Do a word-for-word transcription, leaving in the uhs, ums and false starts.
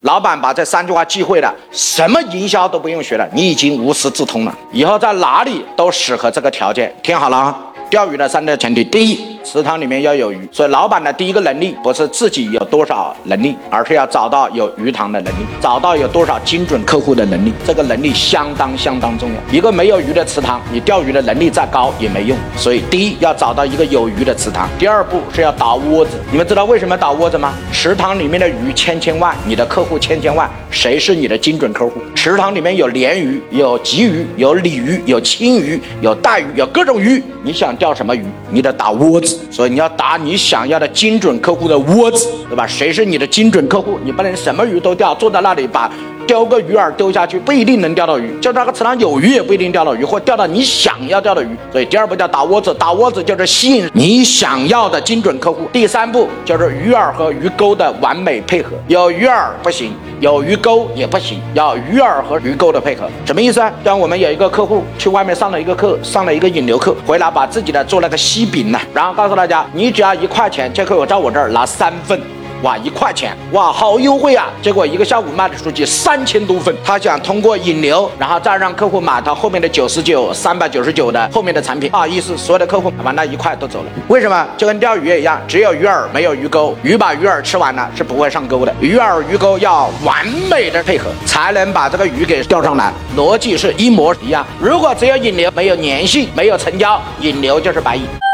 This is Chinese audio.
老板把这三句话记会了，什么营销都不用学了，你已经无师自通了，以后在哪里都适合这个条件。听好了啊！钓鱼的三大前提，第一，池塘里面要有鱼。所以老板的第一个能力不是自己有多少能力，而是要找到有鱼塘的能力，找到有多少精准客户的能力。这个能力相当相当重要。一个没有鱼的池塘，你钓鱼的能力再高也没用。所以第一要找到一个有鱼的池塘，第二步是要打窝子。你们知道为什么打窝子吗？池塘里面的鱼千千万，你的客户千千万，谁是你的精准客户？池塘里面有鲢鱼，有鲫鱼，有鲤鱼，有青鱼，有带鱼，有各种鱼。你想钓什么鱼？你得打窝子。所以你要打你想要的精准客户的窝子，对吧？谁是你的精准客户？你不能什么鱼都钓，坐在那里把丢个鱼饵丢下去，不一定能钓到鱼。就那个池塘有鱼也不一定钓到鱼，或钓到你想要钓的鱼。所以第二步叫打窝子，打窝子就是吸引你想要的精准客户。第三步就是鱼饵和鱼钩的完美配合。有鱼饵不行，有鱼钩也不行，要鱼饵和鱼钩的配合。什么意思啊？像我们有一个客户去外面上了一个课，上了一个引流课，回来把自己的做了个西饼呢，然后告诉大家，你只要一块钱就可以我在我这儿拿三份。哇，一块钱，哇，好优惠啊！结果一个下午卖的出去三千多份。他想通过引流，然后再让客户买他后面的九十九、三百九十九的后面的产品。不好意思，所有的客户把那一块都走了。为什么？就跟钓鱼也一样，只有鱼饵没有鱼钩，鱼把鱼饵吃完了是不会上钩的。鱼饵鱼钩要完美的配合，才能把这个鱼给钓上来。逻辑是一模一样。如果只有引流，没有粘性，没有成交，引流就是白引。